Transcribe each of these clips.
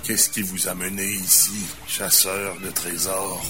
Qu'est-ce qui vous a mené ici, chasseur de trésors?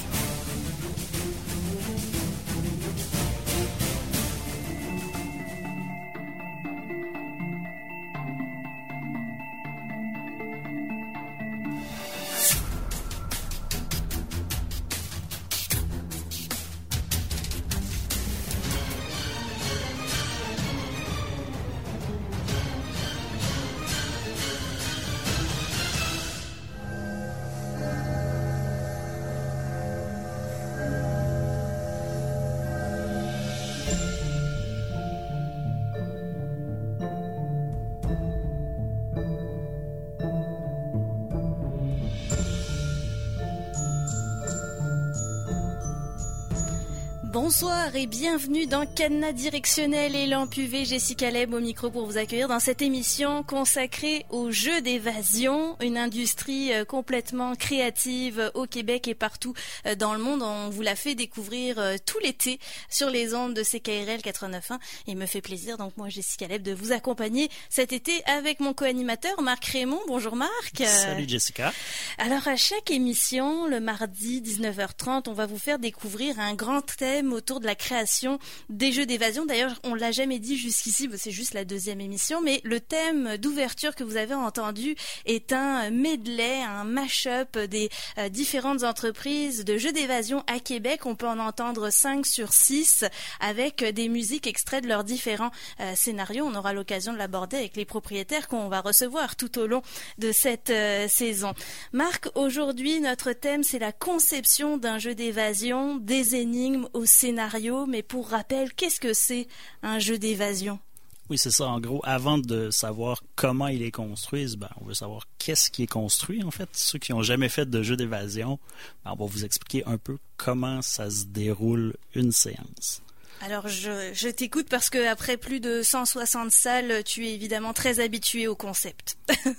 Bonsoir et bienvenue dans Cadenas Directionnel et Lampe UV, Jessica Leb au micro pour vous accueillir dans cette émission consacrée aux jeux d'évasion, une industrie complètement créative au Québec et partout dans le monde. On vous l'a fait découvrir tout l'été sur les ondes de CKRL 89.1 et il me fait plaisir, donc moi Jessica Leb, de vous accompagner cet été avec mon co-animateur Marc Raymond. Bonjour Marc. Salut Jessica. Alors à chaque émission, le mardi 19h30, on va vous faire découvrir un grand thème autour de la création des jeux d'évasion. D'ailleurs, on l'a jamais dit jusqu'ici, c'est juste la deuxième émission, mais le thème d'ouverture que vous avez entendu est un medley, un mash-up des différentes entreprises de jeux d'évasion à Québec. On peut en entendre 5 sur 6 avec des musiques extraites de leurs différents scénarios. On aura l'occasion de l'aborder avec les propriétaires qu'on va recevoir tout au long de cette saison. Marc, aujourd'hui, notre thème, c'est la conception d'un jeu d'évasion, des énigmes au scénario, mais pour rappel, qu'est-ce que c'est un jeu d'évasion? Oui, c'est ça. En gros, avant de savoir comment il est construit, on veut savoir qu'est-ce qui est construit, en fait. Ceux qui n'ont jamais fait de jeu d'évasion, on va vous expliquer un peu comment ça se déroule une séance. Alors, je t'écoute parce que après plus de 160 salles, tu es évidemment très habitué au concept.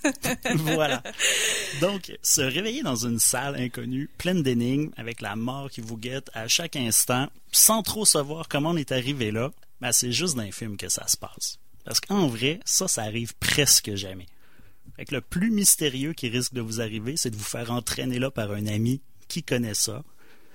Voilà. Donc, se réveiller dans une salle inconnue, pleine d'énigmes, avec la mort qui vous guette à chaque instant, sans trop savoir comment on est arrivé là, c'est juste dans les films que ça se passe. Parce qu'en vrai, ça arrive presque jamais. Fait que le plus mystérieux qui risque de vous arriver, c'est de vous faire entraîner là par un ami qui connaît ça.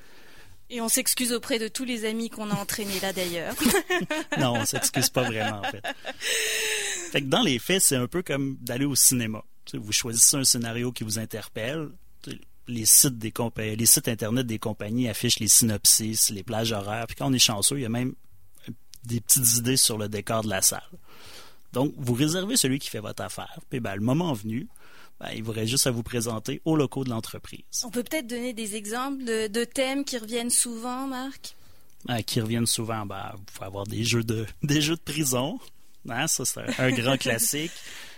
Et on s'excuse auprès de tous les amis qu'on a entraînés là d'ailleurs. Non, on s'excuse pas vraiment en fait. Fait que dans les faits, c'est un peu comme d'aller au cinéma. Vous choisissez un scénario qui vous interpelle. Les sites internet des compagnies affichent les synopsis, les plages horaires. Puis quand on est chanceux, il y a même des petites idées sur le décor de la salle. Donc, vous réservez celui qui fait votre affaire. Puis le moment venu, il vous reste juste à vous présenter aux locaux de l'entreprise. On peut peut-être donner des exemples de thèmes qui reviennent souvent, Marc? Qui reviennent souvent, vous pouvez avoir des jeux de prison. Ça, c'est un grand classique.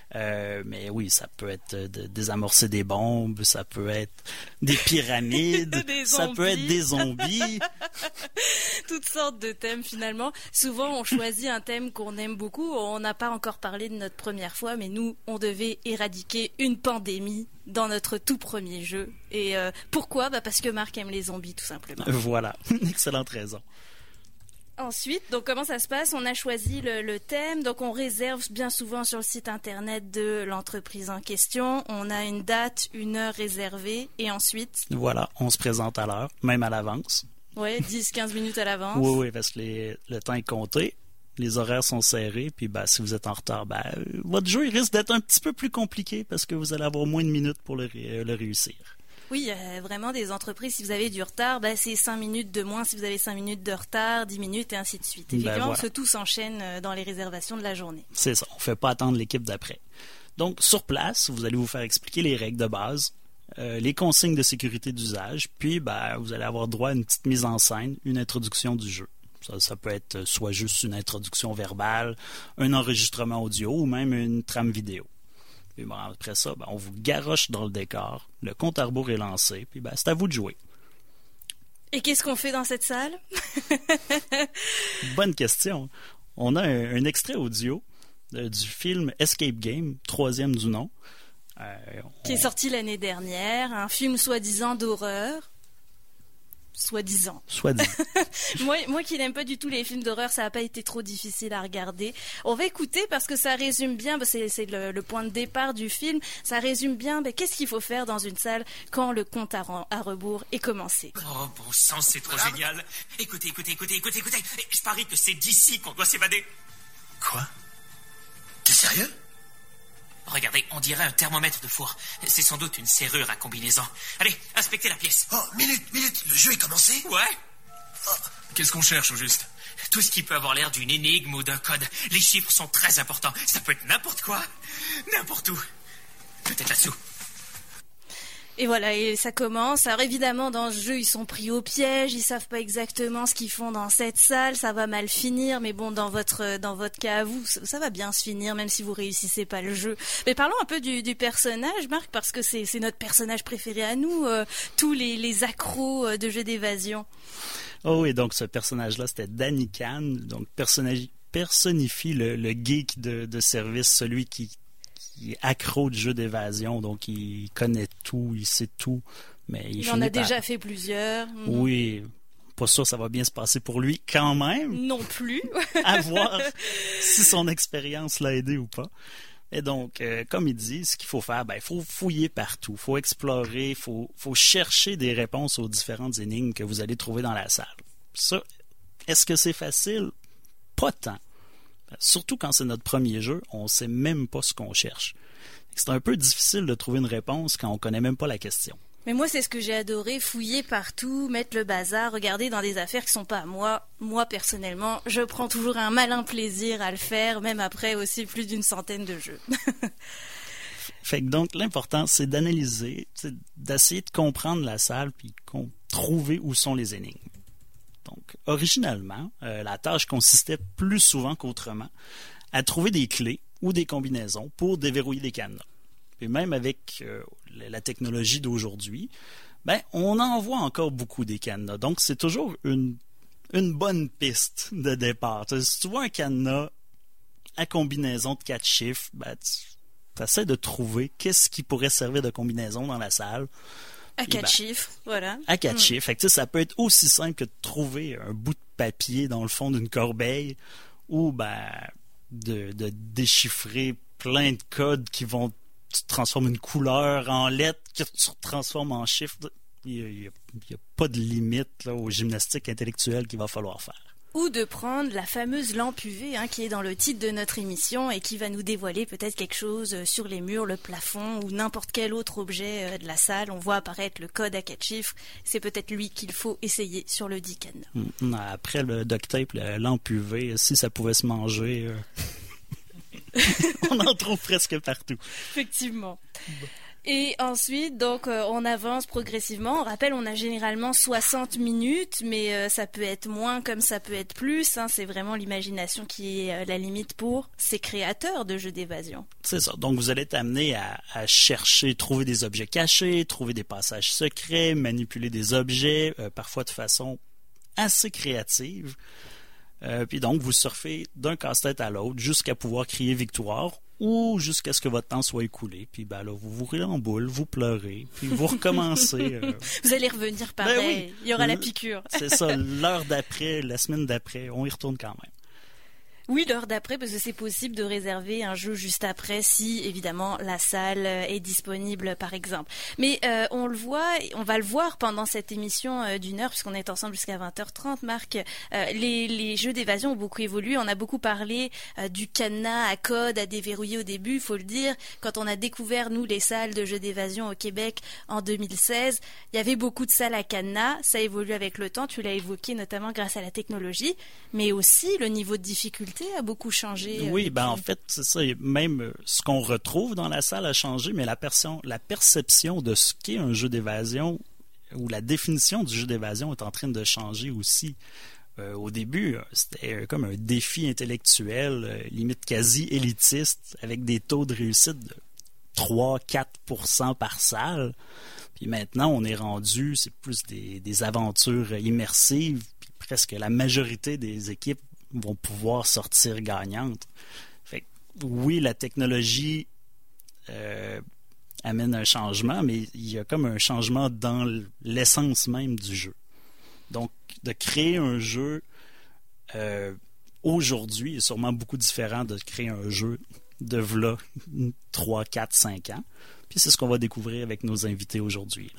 Mais oui, ça peut être de désamorcer des bombes, ça peut être des pyramides, ça peut être des zombies. Toutes sortes de thèmes finalement. Souvent, on choisit un thème qu'on aime beaucoup. On n'a pas encore parlé de notre première fois, mais nous, on devait éradiquer une pandémie dans notre tout premier jeu. Et pourquoi? Parce que Marc aime les zombies, tout simplement. Voilà, une excellente raison. Ensuite, donc comment ça se passe? On a choisi le thème, donc on réserve bien souvent sur le site internet de l'entreprise en question. On a une date, une heure réservée, et ensuite... Voilà, on se présente à l'heure, même à l'avance. Oui, 10-15 minutes à l'avance. Oui, parce que le temps est compté, les horaires sont serrés, puis si vous êtes en retard, votre jeu il risque d'être un petit peu plus compliqué parce que vous allez avoir moins de minutes pour le réussir. Oui, il y a vraiment des entreprises, si vous avez du retard, c'est 5 minutes de moins, si vous avez 5 minutes de retard, 10 minutes et ainsi de suite. Effectivement, voilà. Tout s'enchaîne dans les réservations de la journée. C'est ça, on ne fait pas attendre l'équipe d'après. Donc, sur place, vous allez vous faire expliquer les règles de base, les consignes de sécurité d'usage, puis vous allez avoir droit à une petite mise en scène, une introduction du jeu. Ça peut être soit juste une introduction verbale, un enregistrement audio ou même une trame vidéo. Puis après ça, on vous garoche dans le décor, le compte à rebours est lancé, puis c'est à vous de jouer. Et qu'est-ce qu'on fait dans cette salle? Bonne question. On a un extrait audio du film Escape Game, 3e du nom. Qui est sorti l'année dernière, un film soi-disant d'horreur. soi-disant. Soi-disant. Moi qui n'aime pas du tout les films d'horreur, ça n'a pas été trop difficile à regarder. On va écouter parce que ça résume bien, c'est le point de départ du film, ça résume bien qu'est-ce qu'il faut faire dans une salle quand le compte à rebours est commencé. Oh bon sang, c'est trop génial. Écoutez. Je parie que c'est d'ici qu'on doit s'évader. Quoi? T'es sérieux? Regardez, on dirait un thermomètre de four. C'est sans doute une serrure à combinaison. Allez, inspectez la pièce. Oh, minute, le jeu est commencé? Ouais. Oh, qu'est-ce qu'on cherche au juste? Tout ce qui peut avoir l'air d'une énigme ou d'un code. Les chiffres sont très importants. Ça peut être n'importe quoi. N'importe où. Peut-être là-dessous. Et voilà, et ça commence. Alors évidemment, dans ce jeu, ils sont pris au piège, ils savent pas exactement ce qu'ils font dans cette salle, ça va mal finir, mais bon, dans votre cas à vous, ça va bien se finir, même si vous réussissez pas le jeu. Mais parlons un peu du personnage, Marc, parce que c'est notre personnage préféré à nous, tous les accros de jeux d'évasion. Oh oui, donc ce personnage-là, c'était Danny Kahn, donc personnifie le geek de service, celui qui est accro de jeux d'évasion, donc il connaît tout, il sait tout, mais il en a déjà fait plusieurs. Oui, pas sûr ça va bien se passer pour lui quand même. Non plus. À voir si son expérience l'a aidé ou pas. Et donc, comme il dit, ce qu'il faut faire, il faut fouiller partout, il faut explorer, il faut chercher des réponses aux différentes énigmes que vous allez trouver dans la salle. Ça, est-ce que c'est facile? Pas tant. Surtout quand c'est notre premier jeu, on ne sait même pas ce qu'on cherche. C'est un peu difficile de trouver une réponse quand on ne connaît même pas la question. Mais moi, c'est ce que j'ai adoré, fouiller partout, mettre le bazar, regarder dans des affaires qui sont pas à moi. Moi, personnellement, je prends toujours un malin plaisir à le faire, même après aussi plus d'une centaine de jeux. Fait que donc, l'important, c'est d'analyser, c'est d'essayer de comprendre la salle puis trouver où sont les énigmes. Donc, originalement, la tâche consistait plus souvent qu'autrement à trouver des clés ou des combinaisons pour déverrouiller des cadenas. Et même avec la technologie d'aujourd'hui, on en voit encore beaucoup des cadenas. Donc, c'est toujours une bonne piste de départ. Si tu vois un cadenas à combinaison de 4 chiffres, tu essaies de trouver qu'est-ce qui pourrait servir de combinaison dans la salle. À 4 chiffres, voilà. À 4 chiffres. Fait que, ça peut être aussi simple que de trouver un bout de papier dans le fond d'une corbeille ou de déchiffrer plein de codes qui vont transformer une couleur en lettres, que tu transformes en chiffres. Il n'y a pas de limite là, aux gymnastiques intellectuelles qu'il va falloir faire. Ou de prendre la fameuse lampe UV qui est dans le titre de notre émission et qui va nous dévoiler peut-être quelque chose sur les murs, le plafond ou n'importe quel autre objet de la salle. On voit apparaître le code à 4 chiffres. C'est peut-être lui qu'il faut essayer sur le dit cadenas. Après le duct tape, la lampe UV, si ça pouvait se manger, on en trouve presque partout. Effectivement. Et ensuite, donc, on avance progressivement. On rappelle, on a généralement 60 minutes, mais ça peut être moins comme ça peut être plus. C'est vraiment l'imagination qui est la limite pour ces créateurs de jeux d'évasion. C'est ça. Donc, vous allez être amené à chercher, trouver des objets cachés, trouver des passages secrets, manipuler des objets, parfois de façon assez créative. Puis donc, vous surfez d'un casse-tête à l'autre jusqu'à pouvoir crier victoire ou jusqu'à ce que votre temps soit écoulé. Puis là, vous vous roulez en boule, vous pleurez, puis vous recommencez. Vous allez revenir pareil. Oui. Il y aura la piqûre. C'est ça, l'heure d'après, la semaine d'après, on y retourne quand même. Oui, l'heure d'après, parce que c'est possible de réserver un jeu juste après si, évidemment, la salle est disponible, par exemple. Mais on va le voir pendant cette émission d'une heure, puisqu'on est ensemble jusqu'à 20h30, Marc. Les jeux d'évasion ont beaucoup évolué. On a beaucoup parlé du cadenas à code, à déverrouiller au début, il faut le dire. Quand on a découvert, nous, les salles de jeux d'évasion au Québec en 2016, il y avait beaucoup de salles à cadenas. Ça évolue avec le temps, tu l'as évoqué, notamment grâce à la technologie, mais aussi le niveau de difficulté a beaucoup changé. Oui, en fait, c'est ça. Même ce qu'on retrouve dans la salle a changé, mais la perception de ce qu'est un jeu d'évasion ou la définition du jeu d'évasion est en train de changer aussi. Au début, c'était comme un défi intellectuel, limite quasi élitiste, avec des taux de réussite de 3-4% par salle. Puis maintenant, on est rendu, c'est plus des aventures immersives, puis presque la majorité des équipes vont pouvoir sortir gagnantes. Fait que, oui, la technologie amène un changement, mais il y a comme un changement dans l'essence même du jeu. de créer un jeu aujourd'hui est sûrement beaucoup différent de créer un jeu de v'là 3, 4, 5 ans. Puis c'est ce qu'on va découvrir avec nos invités aujourd'hui.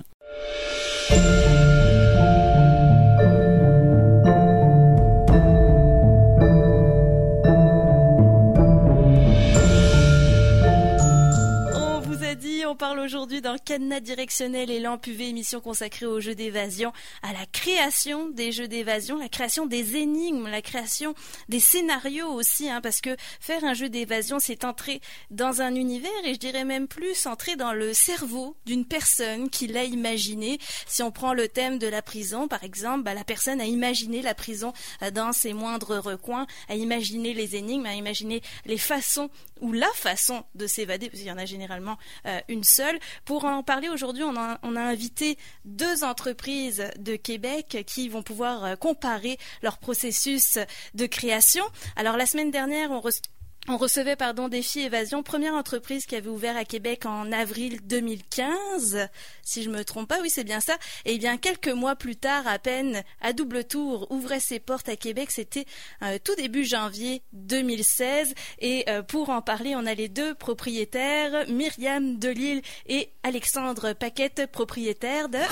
On parle aujourd'hui dans Cadenas directionnel et Lampe UV, émission consacrée aux jeux d'évasion, à la création des jeux d'évasion, la création des énigmes, la création des scénarios aussi, parce que faire un jeu d'évasion, c'est entrer dans un univers et je dirais même plus entrer dans le cerveau d'une personne qui l'a imaginé. Si on prend le thème de la prison, par exemple, la personne a imaginé la prison dans ses moindres recoins, a imaginé les énigmes, a imaginé les façons ou la façon de s'évader, parce qu'il y en a généralement une seule. Pour en parler aujourd'hui, on a invité 2 entreprises de Québec qui vont pouvoir comparer leur processus de création. Alors la semaine dernière, on recevait Défi Évasion, première entreprise qui avait ouvert à Québec en avril 2015, si je me trompe pas, oui c'est bien ça. Et bien quelques mois plus tard, à peine, à Double Tour ouvrait ses portes à Québec, c'était tout début janvier 2016. Et pour en parler, on a les 2 propriétaires, Myriam Delisle et Alexandre Paquette, propriétaires de...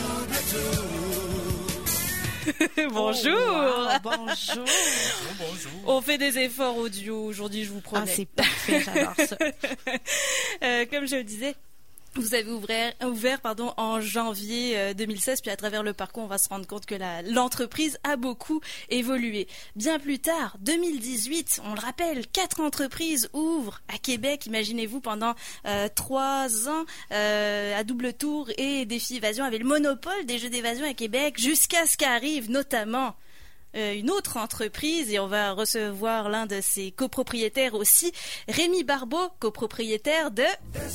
Bonjour. Oh, wow, bonjour. Bonjour. On fait des efforts audio aujourd'hui, je vous promets. Ah, c'est parfait, j'adore ça. Comme je le disais, vous avez ouvert en janvier 2016, puis à travers le parcours, on va se rendre compte que l'entreprise a beaucoup évolué. Bien plus tard, 2018, on le rappelle, 4 entreprises ouvrent à Québec. Imaginez-vous, pendant 3 ans, à Double Tour et Défi Évasion avait le monopole des jeux d'évasion à Québec, jusqu'à ce qu'arrive notamment une autre entreprise, et on va recevoir l'un de ses copropriétaires aussi, Rémi Barbeau, copropriétaire de...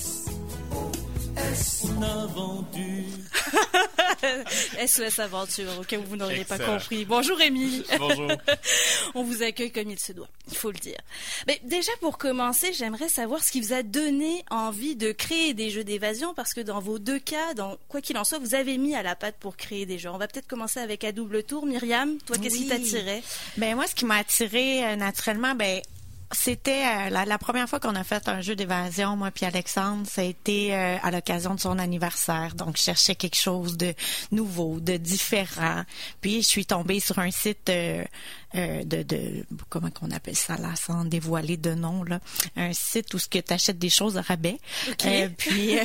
SOS Aventure, au cas où vous n'auriez pas compris. Bonjour Rémi. Bonjour. On vous accueille comme il se doit, il faut le dire. Mais déjà pour commencer, j'aimerais savoir ce qui vous a donné envie de créer des jeux d'évasion, parce que dans vos 2 cas, quoi qu'il en soit, vous avez mis à la patte pour créer des jeux. On va peut-être commencer avec à Double Tour. Myriam, toi, qu'est-ce qui t'attirait? Moi, ce qui m'a attiré naturellement, c'était la première fois qu'on a fait un jeu d'évasion, moi puis Alexandre, ça a été à l'occasion de son anniversaire. Donc, je cherchais quelque chose de nouveau, de différent. Puis, je suis tombée sur un site de comment qu'on appelle ça là, sans dévoiler de nom là, un site où ce que t'achètes des choses à rabais. Okay. Puis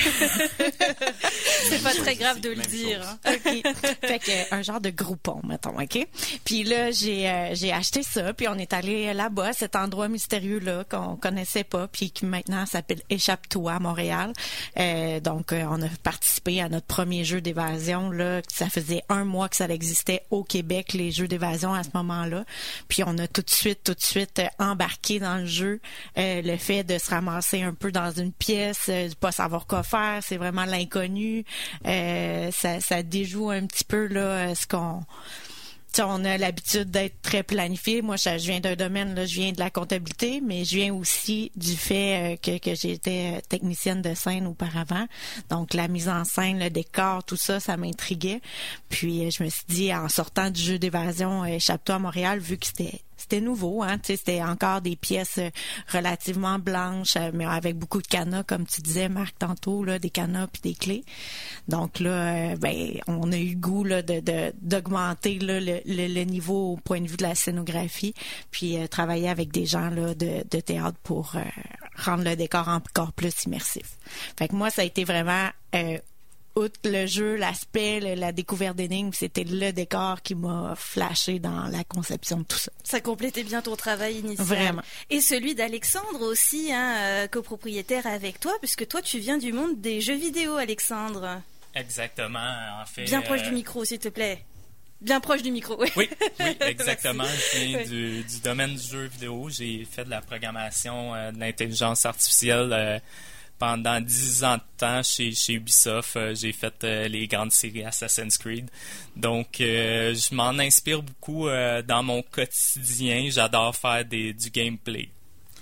c'est pas très grave de le dire. OK. Fait que un genre de groupon, mettons, OK. Puis là j'ai acheté ça, puis on est allé là-bas, cet endroit mystérieux là qu'on connaissait pas, puis qui maintenant s'appelle Échappe-toi à Montréal. Donc on a participé à notre premier jeu d'évasion là, ça faisait 1 mois que ça existait au Québec, les jeux d'évasion à ce moment-là. Puis on a tout de suite embarqué dans le jeu. Le fait de se ramasser un peu dans une pièce, de pas savoir quoi faire, c'est vraiment l'inconnu. Ça déjoue un petit peu là ce qu'on... T'sais, on a l'habitude d'être très planifié. Moi, je viens d'un domaine, là, je viens de la comptabilité, mais je viens aussi du fait que j'étais technicienne de scène auparavant. Donc, la mise en scène, le décor, tout ça, ça m'intriguait. Puis, je me suis dit, en sortant du jeu d'évasion Échappe-toi à Montréal, vu que c'était nouveau, c'était encore des pièces relativement blanches, mais avec beaucoup de cadenas, comme tu disais, Marc, tantôt, là, des cadenas puis des clés. Donc là, on a eu le goût là, d'augmenter là, le niveau au point de vue de la scénographie, puis travailler avec des gens là, de théâtre pour rendre le décor encore plus immersif. Fait que moi, ça a été vraiment... outre le jeu, l'aspect, la découverte d'énigmes, c'était le décor qui m'a flashé dans la conception de tout ça. Ça complétait bien ton travail initial. Vraiment. Et celui d'Alexandre aussi, copropriétaire avec toi, puisque toi, tu viens du monde des jeux vidéo, Alexandre. Exactement, en fait. Bien proche du micro, s'il te plaît. Bien proche du micro, oui. Oui, exactement. Je viens du domaine du jeu vidéo. J'ai fait de la programmation, de l'intelligence artificielle pendant 10 ans de temps chez Ubisoft. J'ai fait les grandes séries Assassin's Creed. Donc, je m'en inspire beaucoup dans mon quotidien. J'adore faire du gameplay.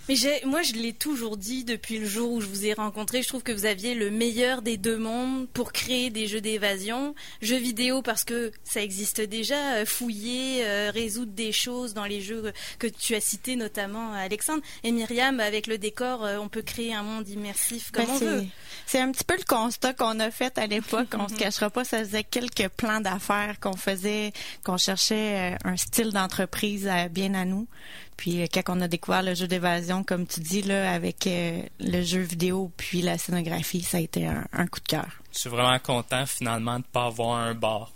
Mais moi, je l'ai toujours dit depuis le jour où je vous ai rencontré. Je trouve que vous aviez le meilleur des deux mondes pour créer des jeux d'évasion. Jeux vidéo parce que ça existe déjà. Fouiller, résoudre des choses dans les jeux que tu as cités, notamment Alexandre. Et Myriam, avec le décor, on peut créer un monde immersif comme on veut. C'est un petit peu le constat qu'on a fait à l'époque. On se cachera pas, ça faisait quelques plans d'affaires qu'on faisait, qu'on cherchait un style d'entreprise bien à nous. Puis quand on a découvert le jeu d'évasion, comme tu dis, là, avec le jeu vidéo puis la scénographie, ça a été un coup de cœur. Je suis vraiment content finalement de pas avoir un bar.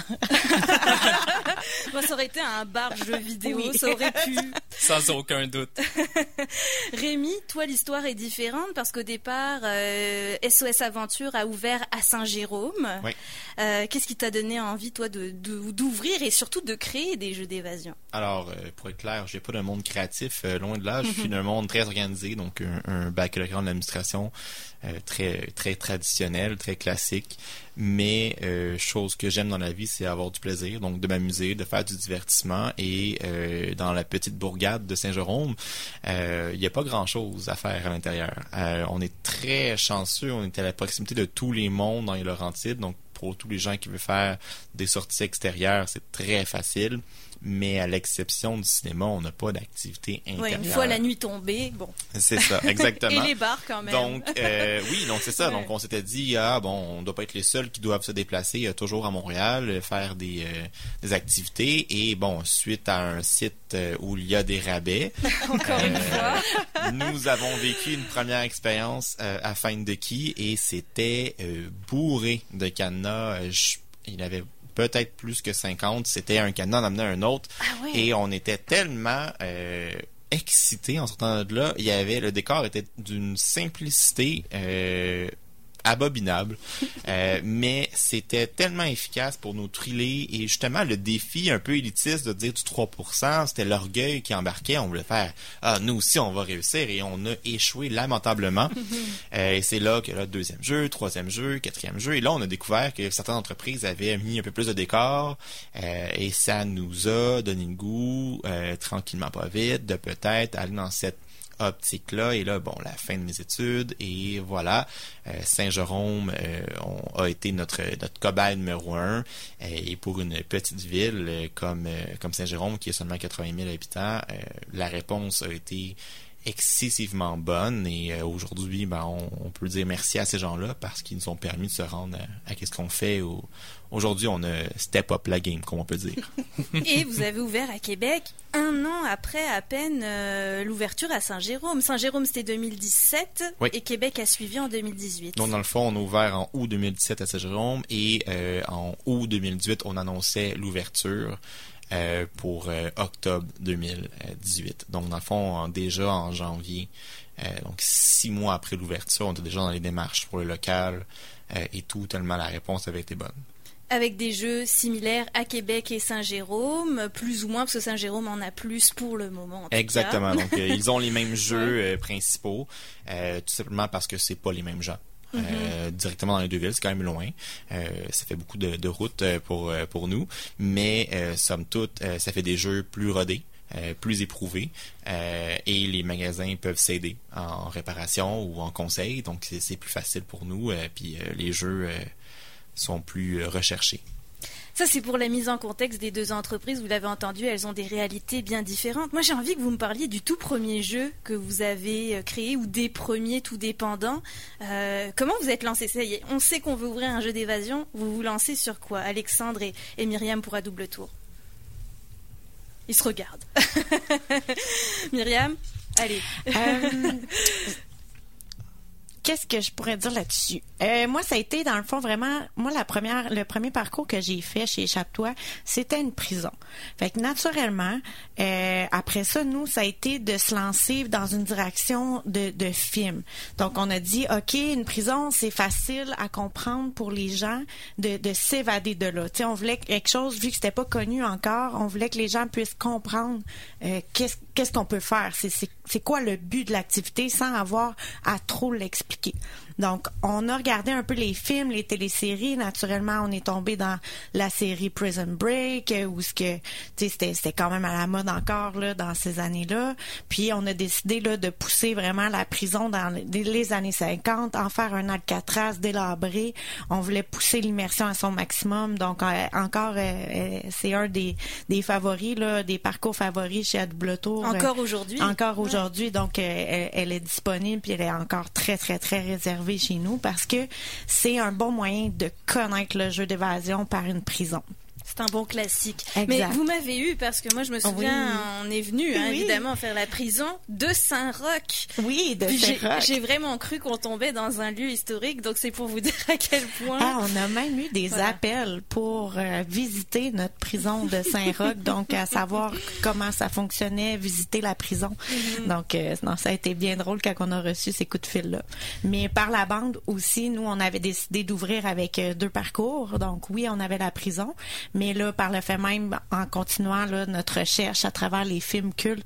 Moi, ça aurait été un bar jeu vidéo, oui. Ça aurait pu. Sans aucun doute. Rémi, toi, l'histoire est différente parce qu'au départ, SOS Aventure a ouvert à Saint-Jérôme. Oui. Qu'est-ce qui t'a donné envie, toi, d'ouvrir et surtout de créer des jeux d'évasion? Alors, pour être clair, je n'ai pas d'un monde créatif, loin de là. Je suis d'un monde très organisé, donc un baccalauréat en administration très, très traditionnel, très classique. Mais chose que j'aime dans la vie, c'est avoir du plaisir, donc de m'amuser, de faire du divertissement. Et dans la petite bourgade de Saint-Jérôme, il n'y a pas grand-chose à faire à l'intérieur. On est très chanceux, on est à la proximité de tous les mondes dans les Laurentides, donc pour tous les gens qui veulent faire des sorties extérieures, c'est très facile. Mais à l'exception du cinéma, on n'a pas d'activité intérieure. Oui, une fois la nuit tombée, bon. C'est ça, exactement. Et les bars quand même. Donc, oui, donc c'est ça. Ouais. Donc, on s'était dit, on doit pas être les seuls qui doivent se déplacer toujours à Montréal, faire des activités. Et bon, suite à un site où il y a des rabais, encore une fois, nous avons vécu une première expérience à Find the Key et c'était bourré de cadenas. Il avait peut-être plus que 50. C'était un cadenas en amenant un autre. Ah ouais. Et on était tellement excités en sortant de là. Le décor était d'une simplicité abominable. Mais c'était tellement efficace pour nous thriller. Et justement, le défi un peu élitiste de dire du 3%, c'était l'orgueil qui embarquait. On voulait faire « nous aussi, on va réussir. » Et on a échoué lamentablement. Et c'est là que le deuxième jeu, troisième jeu, quatrième jeu. Et là, on a découvert que certaines entreprises avaient mis un peu plus de décor. Et ça nous a donné le goût, tranquillement pas vite, de peut-être aller dans cette optique-là. Et là, bon, la fin de mes études, et voilà, Saint-Jérôme a été notre cobaye numéro 1. Et pour une petite ville comme Saint-Jérôme, qui a seulement 80 000 habitants, la réponse a été excessivement bonne. Et aujourd'hui, on peut dire merci à ces gens-là parce qu'ils nous ont permis de se rendre à ce qu'on fait. Aujourd'hui, on a step up la game, comme on peut dire. Et vous avez ouvert à Québec 1 an après à peine l'ouverture à Saint-Jérôme. Saint-Jérôme, c'était 2017 oui. Et Québec a suivi en 2018. Donc, dans le fond, on a ouvert en août 2017 à Saint-Jérôme et en août 2018, on annonçait l'ouverture pour octobre 2018. Donc, dans le fond, déjà en janvier, donc 6 mois après l'ouverture, on était déjà dans les démarches pour le local et tout, tellement la réponse avait été bonne. Avec des jeux similaires à Québec et Saint-Jérôme, plus ou moins, parce que Saint-Jérôme en a plus pour le moment. Exactement. Donc, ils ont les mêmes jeux principaux, tout simplement parce que c'est pas les mêmes gens. Directement dans les deux villes, c'est quand même loin. Ça fait beaucoup de route pour nous, mais somme toute, ça fait des jeux plus rodés, plus éprouvés, et les magasins peuvent s'aider en réparation ou en conseil, donc c'est plus facile pour nous, puis les jeux sont plus recherchés. Ça, c'est pour la mise en contexte des deux entreprises. Vous l'avez entendu, elles ont des réalités bien différentes. Moi, j'ai envie que vous me parliez du tout premier jeu que vous avez créé ou des premiers, tout dépendant. Comment vous êtes lancé? Ça y est, on sait qu'on veut ouvrir un jeu d'évasion. Vous vous lancez sur quoi? Alexandre et Myriam pour à double tour. Ils se regardent. Myriam, allez. Qu'est-ce que je pourrais dire là-dessus? Moi, ça a été, dans le fond, vraiment, le premier parcours que j'ai fait chez Échappe-toi, c'était une prison. Fait que, naturellement, après ça, nous, ça a été de se lancer dans une direction de film. Donc, on a dit, OK, une prison, c'est facile à comprendre pour les gens de s'évader de là. Tu sais, on voulait quelque chose, vu que c'était pas connu encore, on voulait que les gens puissent comprendre qu'est-ce qu'on peut faire. C'est quoi le but de l'activité sans avoir à trop l'expliquer. compliqué. Donc, on a regardé un peu les films, les téléséries. Naturellement, on est tombé dans la série Prison Break, où c'était quand même à la mode encore là dans ces années-là. Puis, on a décidé là de pousser vraiment la prison dans les années 50, en faire un Alcatraz délabré. On voulait pousser l'immersion à son maximum. Donc, c'est un des favoris là, des parcours favoris chez Adublotour. Encore aujourd'hui. Encore aujourd'hui. Donc, elle est disponible puis elle est encore très, très, très réservée chez nous parce que c'est un bon moyen de connaître le jeu d'évasion par une prison. C'est un bon classique. Exact. Mais vous m'avez eu parce que moi je me souviens, Oui. on est venu évidemment faire la prison de Saint-Roch. Oui, de Puis Saint-Roch. j'ai vraiment cru qu'on tombait dans un lieu historique, donc c'est pour vous dire à quel point. Ah, on a même eu des Voilà. appels pour visiter notre prison de Saint-Roch, donc à savoir comment ça fonctionnait, visiter la prison. Donc, non, ça a été bien drôle quand on a reçu ces coups de fil-là. Mais par la bande aussi, nous, on avait décidé d'ouvrir avec 2 parcours. Donc, oui, on avait la prison, mais là, par le fait même, en continuant là, notre recherche à travers les films cultes,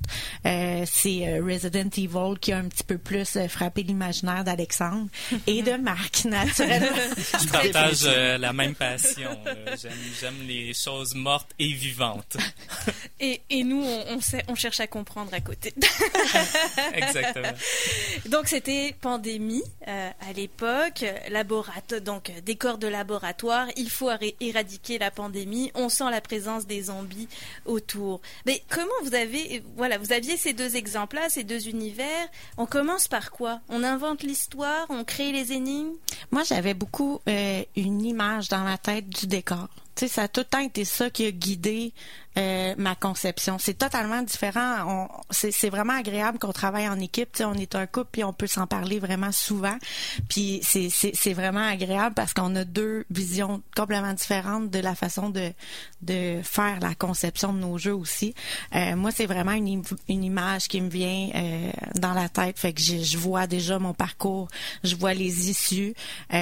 c'est Resident Evil qui a un petit peu plus frappé l'imaginaire d'Alexandre et de Marc, naturellement. Je partage la même passion. J'aime les choses mortes et vivantes. Et nous, on cherche à comprendre à côté. Exactement. Donc c'était pandémie à l'époque, donc décor de laboratoire, il faut éradiquer la pandémie, on sent la présence des zombies autour. Mais comment vous aviez ces 2 exemples-là, ces 2 univers, on commence par quoi? On invente l'histoire, on crée les énigmes? Moi, j'avais beaucoup une image dans ma tête du décor. Tu sais, ça a tout le temps été ça qui a guidé ma conception. C'est totalement différent. C'est vraiment agréable qu'on travaille en équipe. Tu sais, on est un couple puis on peut s'en parler vraiment souvent. Puis c'est vraiment agréable parce qu'on a 2 visions complètement différentes de la façon de faire la conception de nos jeux aussi. Moi, c'est vraiment une image qui me vient dans la tête. Fait que je vois déjà mon parcours, je vois les issues,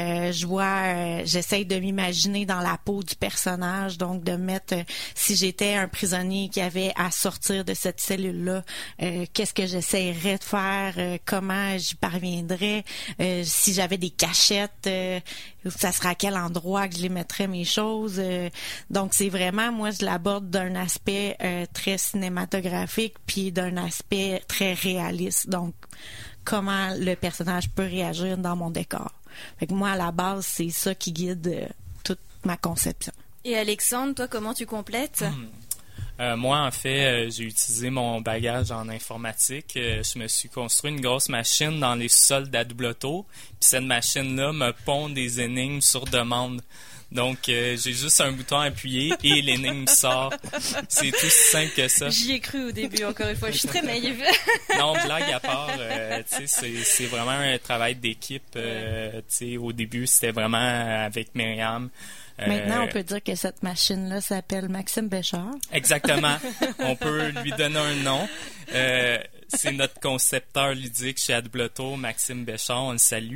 j'essaye de m'imaginer dans la peau du personnage, donc de mettre si j'étais un prisonnier qui avait à sortir de cette cellule-là, qu'est-ce que j'essaierais de faire, comment j'y parviendrais, si j'avais des cachettes, ça serait à quel endroit que je les mettrais mes choses. Donc c'est vraiment, moi je l'aborde d'un aspect très cinématographique puis d'un aspect très réaliste. Donc comment le personnage peut réagir dans mon décor. Fait que moi à la base c'est ça qui guide toute ma conception. Et Alexandre, toi comment tu complètes? Moi, en fait, j'ai utilisé mon bagage en informatique. Je me suis construit une grosse machine dans les sous-sols d'Adublotour. Puis cette machine-là me pond des énigmes sur demande. Donc, j'ai juste un bouton à appuyer et l'énigme sort. C'est tout si simple que ça. J'y ai cru au début, encore une fois. Je suis très naïve. Non, blague à part, c'est vraiment un travail d'équipe. Au début, c'était vraiment avec Myriam. Maintenant, on peut dire que cette machine-là s'appelle Maxime Béchard. Exactement. On peut lui donner un nom. C'est notre concepteur ludique chez Adublotour, Maxime Béchard, on le salue.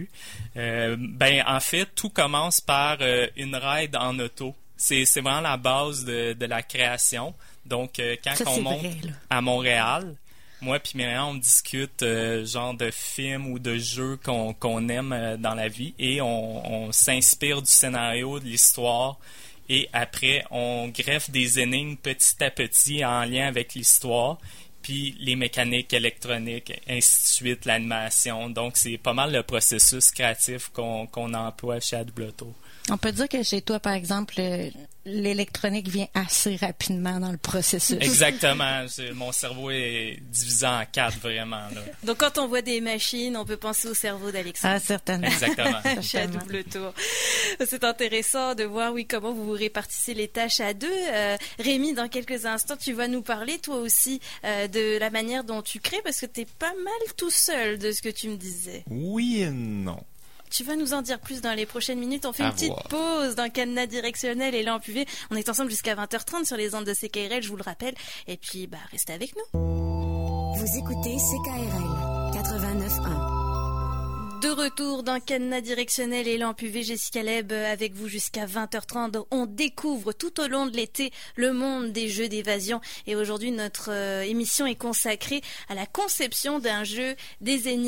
En fait, tout commence par une ride en auto. C'est vraiment la base de la création. Donc, quand on monte à Montréal, moi puis Myriam, on discute genre de films ou de jeux qu'on aime dans la vie et on s'inspire du scénario, de l'histoire et après, on greffe des énigmes petit à petit en lien avec l'histoire puis les mécaniques électroniques, ainsi de suite, l'animation. Donc, c'est pas mal le processus créatif qu'on emploie chez Adublotour. On peut dire que chez toi, par exemple, l'électronique vient assez rapidement dans le processus. Exactement. Mon cerveau est divisé en 4, vraiment. Là. Donc, quand on voit des machines, on peut penser au cerveau d'Alexandre. Ah, certainement. Exactement. Chez Adublotour. C'est intéressant de voir, comment vous répartissez les tâches à 2. Rémi, dans quelques instants, tu vas nous parler, toi aussi, de la manière dont tu crées, parce que tu es pas mal tout seul de ce que tu me disais. Oui et non. Tu vas nous en dire plus dans les prochaines minutes. On fait une petite pause dans Cadenas Directionnel et là en PV. On est ensemble jusqu'à 20h30 sur les ondes de CKRL, je vous le rappelle. Et puis, restez avec nous. Vous écoutez CKRL 89.1. De retour dans Cadenas Directionnel et l'Ampuvé, Jessica Leb avec vous jusqu'à 20h30. On découvre tout au long de l'été le monde des jeux d'évasion. Et aujourd'hui, notre émission est consacrée à la conception d'un jeu, des énigmes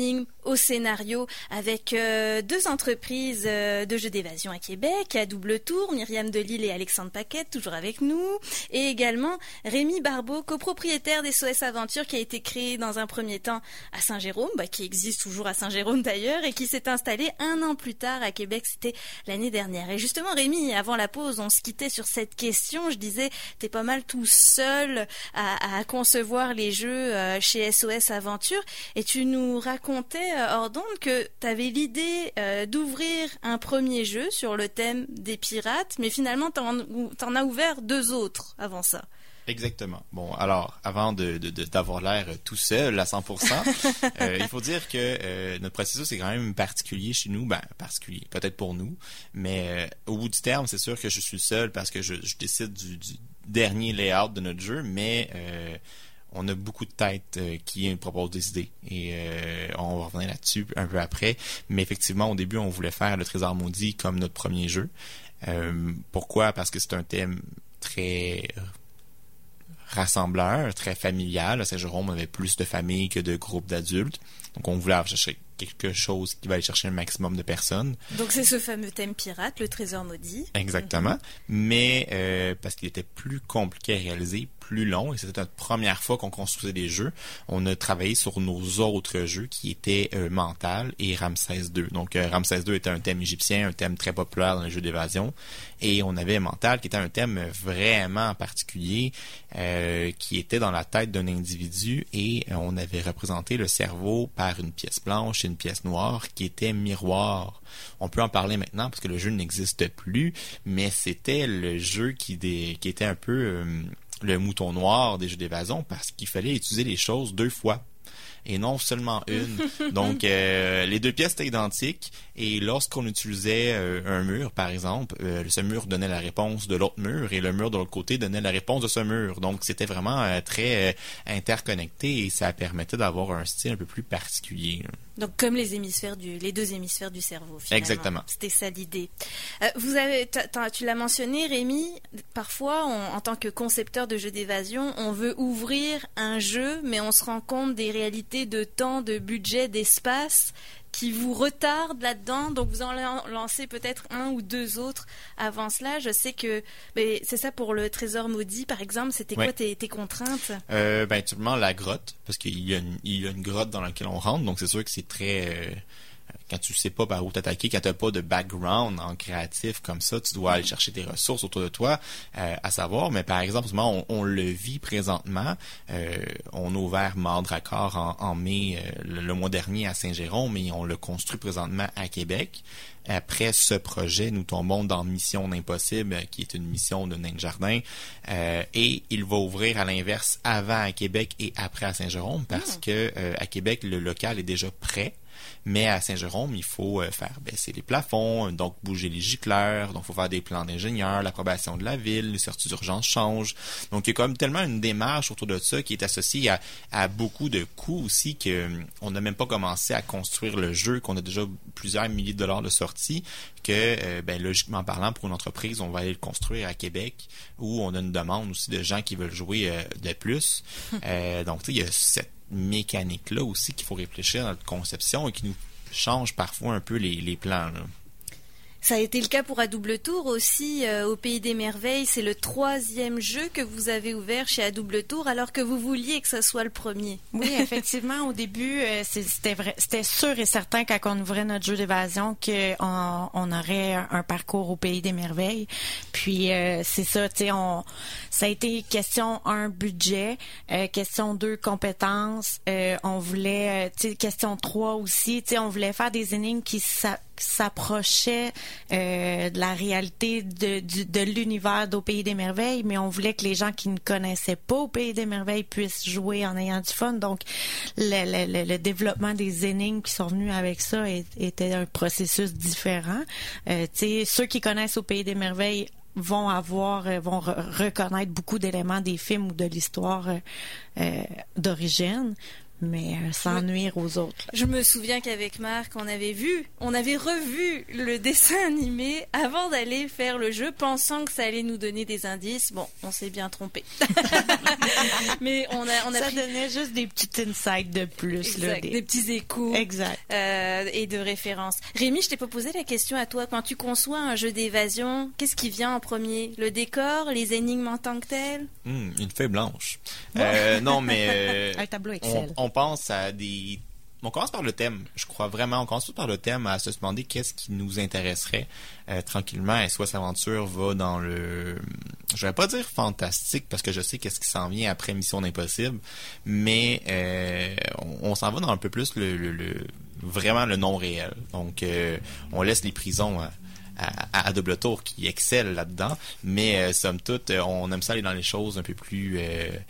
au scénario avec deux entreprises de jeux d'évasion à Québec, à double tour, Myriam Delille et Alexandre Paquette, toujours avec nous, et également Rémi Barbeau, copropriétaire des SOS Aventure, qui a été créé dans un premier temps à Saint-Jérôme, qui existe toujours à Saint-Jérôme d'ailleurs, et qui s'est installé 1 an plus tard à Québec, c'était l'année dernière. Et justement, Rémi, avant la pause, on se quittait sur cette question. Je disais, t'es pas mal tout seul à concevoir les jeux chez SOS Aventure, et tu nous racontais hors d'onde que t'avais l'idée d'ouvrir un premier jeu sur le thème des pirates, mais finalement t'en as ouvert 2 autres avant ça. Exactement. Bon, alors, avant d'avoir l'air tout seul à 100%, il faut dire que notre processus est quand même particulier chez nous. Ben, particulier, peut-être pour nous, mais au bout du terme, c'est sûr que je suis seul parce que je décide du dernier layout de notre jeu, mais on a beaucoup de têtes qui proposent des idées et on va revenir là-dessus un peu après. Mais effectivement, au début, on voulait faire le Trésor maudit comme notre premier jeu. Pourquoi? Parce que c'est un thème très rassembleur, très familial. À Saint-Jérôme, on avait plus de familles que de groupes d'adultes. Donc, on voulait chercher quelque chose qui va aller chercher un maximum de personnes. Donc, c'est ce fameux thème pirate, le Trésor maudit. Exactement. Mais parce qu'il était plus compliqué à réaliser, plus long, et c'était notre première fois qu'on construisait des jeux, on a travaillé sur nos autres jeux qui étaient Mental et Ramsès II. Donc, Ramsès II était un thème égyptien, un thème très populaire dans les jeux d'évasion, et on avait Mental qui était un thème vraiment particulier qui était dans la tête d'un individu, et on avait représenté le cerveau par une pièce blanche et une pièce noire qui était miroir. On peut en parler maintenant parce que le jeu n'existe plus, mais c'était le jeu qui était un peu le mouton noir des jeux d'évasion parce qu'il fallait utiliser les choses 2 fois et non seulement une. Donc, les 2 pièces étaient identiques, et lorsqu'on utilisait un mur, par exemple, ce mur donnait la réponse de l'autre mur, et le mur de l'autre côté donnait la réponse de ce mur. Donc, c'était vraiment très interconnecté, et ça permettait d'avoir un style un peu plus particulier. Donc, comme les 2 hémisphères du cerveau, finalement. Exactement. C'était ça l'idée. Tu l'as mentionné, Rémi, parfois, en tant que concepteur de jeux d'évasion, on veut ouvrir un jeu, mais on se rend compte des réalités de temps, de budget, d'espace qui vous retardent là-dedans. Donc, vous en lancez peut-être 1 ou 2 autres avant cela. Je sais que c'est ça pour le Trésor maudit, par exemple. C'était quoi tes contraintes? Actuellement, la grotte, parce qu'il y a une grotte dans laquelle on rentre, donc c'est sûr que c'est très... quand tu sais pas par où t'attaquer, quand t'as pas de background en créatif comme ça, tu dois aller chercher tes ressources autour de toi à savoir. Mais par exemple, on le vit présentement. On a ouvert Mandracor en mai le mois dernier à Saint-Jérôme, et on le construit présentement à Québec. Après ce projet, nous tombons dans Mission d'Impossible, qui est une mission de Nain Jardin, et il va ouvrir à l'inverse avant à Québec et après à Saint-Jérôme, parce que à Québec, le local est déjà prêt. Mais à Saint-Jérôme, il faut faire baisser les plafonds, donc bouger les gicleurs, donc il faut faire des plans d'ingénieurs, l'approbation de la ville, les sorties d'urgence changent. Donc il y a quand même tellement une démarche autour de ça qui est associée à beaucoup de coûts aussi qu'on n'a même pas commencé à construire le jeu, qu'on a déjà plusieurs milliers de dollars de sortie, que logiquement parlant, pour une entreprise, on va aller le construire à Québec, où on a une demande aussi de gens qui veulent jouer de plus. Donc il y a cette mécanique-là aussi qu'il faut réfléchir dans notre conception et qui nous change parfois un peu les plans, là. Ça a été le cas pour À Double Tour aussi, au Pays des Merveilles. C'est le 3e jeu que vous avez ouvert chez À Double Tour, alors que vous vouliez que ce soit le premier. Oui, effectivement, au début, c'était sûr et certain quand on ouvrait notre jeu d'évasion qu'on aurait un parcours au Pays des Merveilles. Puis c'est ça, tu sais, ça a été question 1, budget, question 2, compétences. On voulait, tu sais, question 3 aussi, tu sais, on voulait faire des énigmes qui s'approchait de la réalité de l'univers d'Au Pays des Merveilles, mais on voulait que les gens qui ne connaissaient pas Au Pays des Merveilles puissent jouer en ayant du fun. Donc, le développement des énigmes qui sont venus avec ça était un processus différent. Tu sais, ceux qui connaissent Au Pays des Merveilles vont reconnaître beaucoup d'éléments des films ou de l'histoire d'origine. mais sans nuire aux autres. Là. Je me souviens qu'avec Marc, on avait revu le dessin animé avant d'aller faire le jeu, pensant que ça allait nous donner des indices. Bon, on s'est bien trompé. Mais on a ça donnait juste des petits insights de plus. Exact, là, des petits échos. Exact. Et de références. Rémi, je t'ai pas posé la question à toi. Quand tu conçois un jeu d'évasion, qu'est-ce qui vient en premier? Le décor, les énigmes en tant que telles? Une feuille blanche. Non, mais... un tableau Excel. On pense à des... On commence par le thème, je crois vraiment. On commence tout par le thème à se demander qu'est-ce qui nous intéresserait tranquillement. Et SOS Aventure va dans le... Je vais pas dire fantastique, parce que je sais qu'est-ce qui s'en vient après Mission Impossible, mais on s'en va dans un peu plus vraiment le non réel. Donc, on laisse les prisons à double tour qui excellent là-dedans, mais somme toute, on aime ça aller dans les choses un peu plus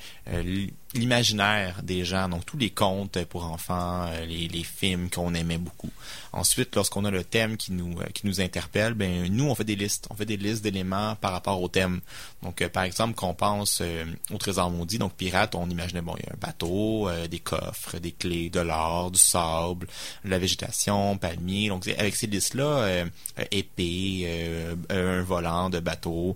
l'imaginaire des gens, donc tous les contes pour enfants, les films qu'on aimait beaucoup. Ensuite, lorsqu'on a le thème qui nous interpelle, ben nous on fait des listes d'éléments par rapport au thème. Donc par exemple, qu'on pense au Trésor maudit, donc pirate, on imaginait il y a un bateau, des coffres, des clés, de l'or, du sable, de la végétation, palmier. Donc avec ces listes-là, épée, un volant de bateau,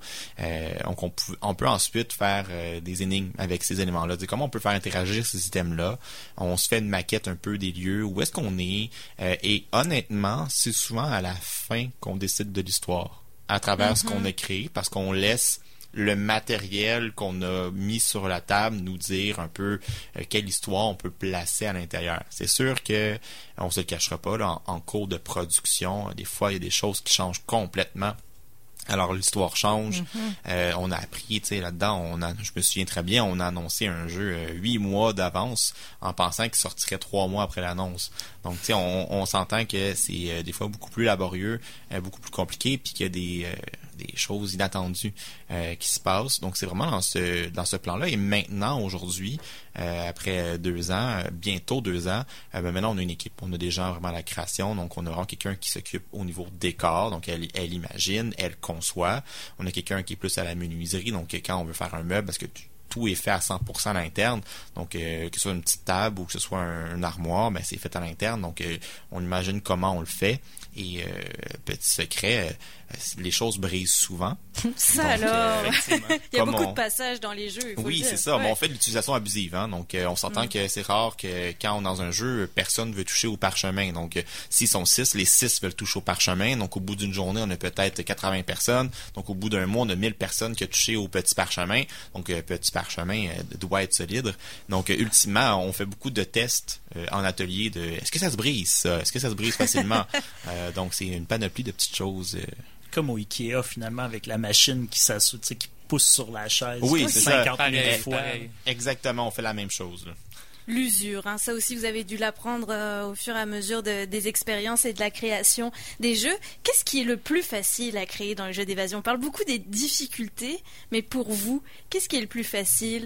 on peut ensuite faire des énigmes avec ces éléments-là. Comment on peut faire interagir ces items-là. On se fait une maquette un peu des lieux, où est-ce qu'on est, et honnêtement, c'est souvent à la fin qu'on décide de l'histoire, à travers ce qu'on a créé, parce qu'on laisse le matériel qu'on a mis sur la table nous dire un peu quelle histoire on peut placer à l'intérieur. C'est sûr que on se le cachera pas, là, en cours de production, des fois il y a des choses qui changent complètement. Alors l'histoire change. On a appris, tu sais, là-dedans, je me souviens très bien, on a annoncé un jeu 8 mois d'avance en pensant qu'il sortirait 3 mois après l'annonce. Donc, tu sais, on s'entend que c'est des fois beaucoup plus laborieux, beaucoup plus compliqué, puis qu'il y a des choses inattendues qui se passent. Donc, c'est vraiment dans ce plan-là. Et maintenant, aujourd'hui, après 2 ans, bientôt 2 ans, maintenant, on a une équipe. On a des gens vraiment à la création. Donc, on a vraiment quelqu'un qui s'occupe au niveau décor. Donc, elle imagine, elle conçoit. On a quelqu'un qui est plus à la menuiserie. Donc, quand on veut faire un meuble, parce que tout est fait à 100% à l'interne. Donc, que ce soit une petite table ou que ce soit un armoire, ben, c'est fait à l'interne. Donc, on imagine comment on le fait. Et petit secret, les choses brisent souvent. Ça donc, alors, il y a beaucoup de passages dans les jeux. Oui, c'est ça. Ouais. Bon, on fait de l'utilisation abusive. Hein? Donc, on s'entend que c'est rare que quand on est dans un jeu, personne ne veut toucher au parchemin. Donc, s'ils sont 6, les 6 veulent toucher au parchemin. Donc, au bout d'une journée, on a peut-être 80 personnes. Donc, au bout d'un mois, on a 1000 personnes qui ont touché au petit parchemin. Donc, petit parchemin doit être solide. Donc, ultimement, on fait beaucoup de tests en atelier de est-ce que ça se brise, ça? Est-ce que ça se brise facilement? Donc, c'est une panoplie de petites choses. Comme au Ikea, finalement, avec la machine qui s'assoit, qui pousse sur la chaise. Oui, c'est 50 ça. 000 fois. Exactement, on fait la même chose. Là. L'usure, hein, ça aussi vous avez dû l'apprendre au fur et à mesure des expériences et de la création des jeux. Qu'est-ce qui est le plus facile à créer dans les jeux d'évasion? On parle beaucoup des difficultés, mais pour vous, qu'est-ce qui est le plus facile?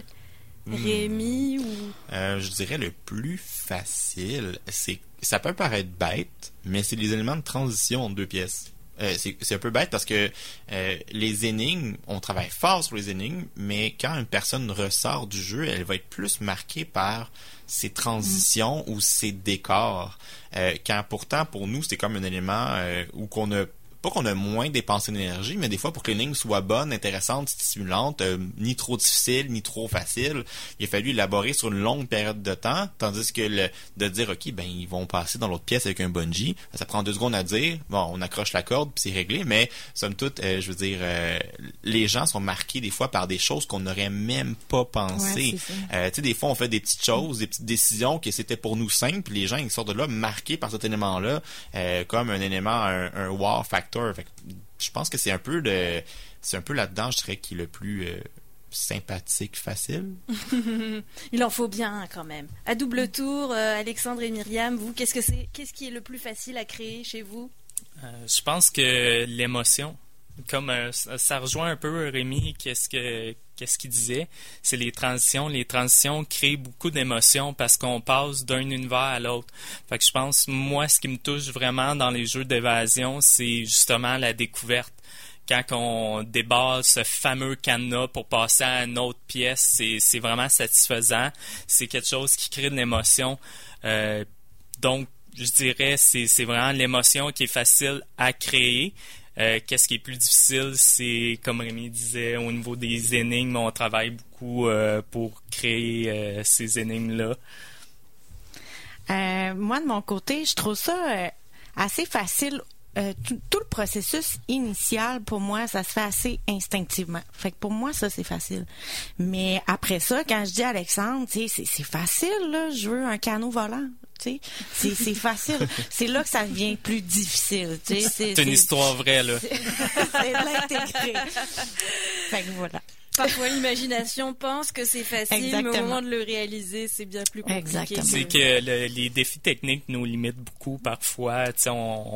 Rémi ou... je dirais le plus facile, ça peut paraître bête, mais c'est les éléments de transition entre 2 pièces. C'est un peu bête parce que les énigmes, on travaille fort sur les énigmes, mais quand une personne ressort du jeu, elle va être plus marquée par ses transitions ou ses décors. Quand pourtant, pour nous, c'était comme un élément où qu'on a pas qu'on a moins dépensé d'énergie, mais des fois pour que l'énigme soit bonne, intéressante, stimulante, ni trop difficile, ni trop facile, il a fallu élaborer sur une longue période de temps, tandis que de dire, OK, ben ils vont passer dans l'autre pièce avec un bungee, ça prend 2 secondes à dire, bon, on accroche la corde, puis c'est réglé, mais somme toute, je veux dire, les gens sont marqués des fois par des choses qu'on n'aurait même pas pensé. Ouais, tu sais, des fois, on fait des petites choses, des petites décisions que c'était pour nous simple, puis les gens, ils sortent de là marqués par cet élément-là, comme un élément, un wow factor. Fait que je pense que c'est un peu là-dedans, je dirais, qui est le plus sympathique, facile. Il en faut bien quand même. À double tour, Alexandre et Myriam, vous, qu'est-ce qui est le plus facile à créer chez vous? Je pense que l'émotion. Comme ça rejoint un peu Rémi, qu'est-ce qu'il disait, c'est les transitions. Les transitions créent beaucoup d'émotions parce qu'on passe d'un univers à l'autre. Fait que je pense, moi, ce qui me touche vraiment dans les jeux d'évasion, c'est justement la découverte. quand on débarre ce fameux cadenas pour passer à une autre pièce, c'est vraiment satisfaisant. C'est quelque chose qui crée de l'émotion. Donc, je dirais, c'est vraiment l'émotion qui est facile à créer. Qu'est-ce qui est plus difficile, c'est, comme Rémi disait, au niveau des énigmes, on travaille beaucoup pour créer ces énigmes-là. Moi, de mon côté, je trouve ça assez facile. Tout le processus initial, pour moi, ça se fait assez instinctivement. Fait que pour moi, ça, c'est facile. Mais après ça, quand je dis à Alexandre, tu sais, c'est facile, là, je veux un canot volant. Tu sais, c'est facile. C'est là que ça devient plus difficile. Tu sais, c'est une histoire vraie, là. C'est l'intégrer. Fait que voilà. Parfois, l'imagination pense que c'est facile, Exactement. mais au moment de le réaliser, c'est bien plus compliqué. Exactement. C'est que les défis techniques nous limitent beaucoup parfois. Tu sais,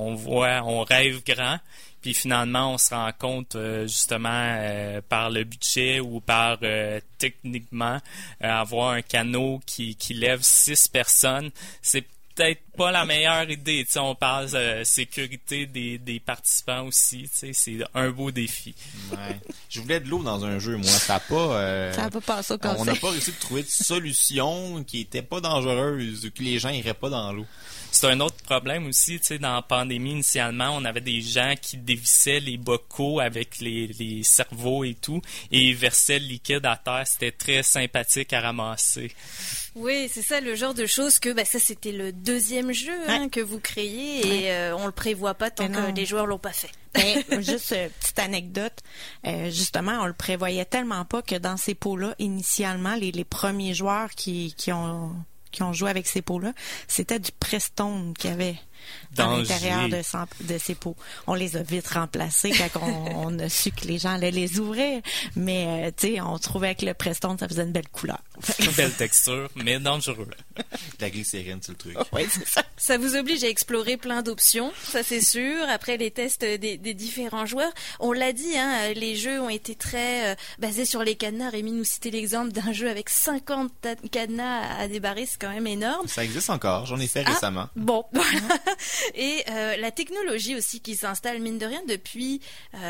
on rêve grand, puis finalement, on se rend compte justement par le budget ou par techniquement avoir un canot qui lève 6 personnes. C'est peut-être pas la meilleure idée. Tu sais, on parle de sécurité des participants aussi. Tu sais, c'est un beau défi. Ouais. Je voulais de l'eau dans un jeu, moi. Ça a pas passé au conseil. On n'a pas réussi de trouver de solution qui était pas dangereuse, que les gens iraient pas dans l'eau. C'est un autre problème aussi, tu sais, dans la pandémie, initialement, on avait des gens qui dévissaient les bocaux avec les cerveaux et tout, et ils versaient le liquide à terre. C'était très sympathique à ramasser. Oui, c'est ça, le genre de choses que, ça c'était le deuxième jeu que vous créez et on le prévoit pas tant que les joueurs l'ont pas fait. Juste petite anecdote, justement, on le prévoyait tellement pas que dans ces pots-là, initialement, les premiers joueurs qui ont joué avec ces pots-là, c'était du Prestone qu'il y avait à l'intérieur de ces pots. On les a vite remplacés quand on a su que les gens allaient les ouvrir, mais tu sais, on trouvait que le Prestone, ça faisait une belle couleur. Une belle texture, mais dangereux. La glycérine, c'est le truc. Oui, c'est ça. Ça vous oblige à explorer plein d'options, ça c'est sûr. Après les tests des différents joueurs, on l'a dit, les jeux ont été très basés sur les cadenas. Rémi nous citait l'exemple d'un jeu avec 50 cadenas à débarrer, c'est quand même énorme. Ça existe encore, j'en ai fait récemment. Bon, voilà. Et la technologie aussi qui s'installe, mine de rien, depuis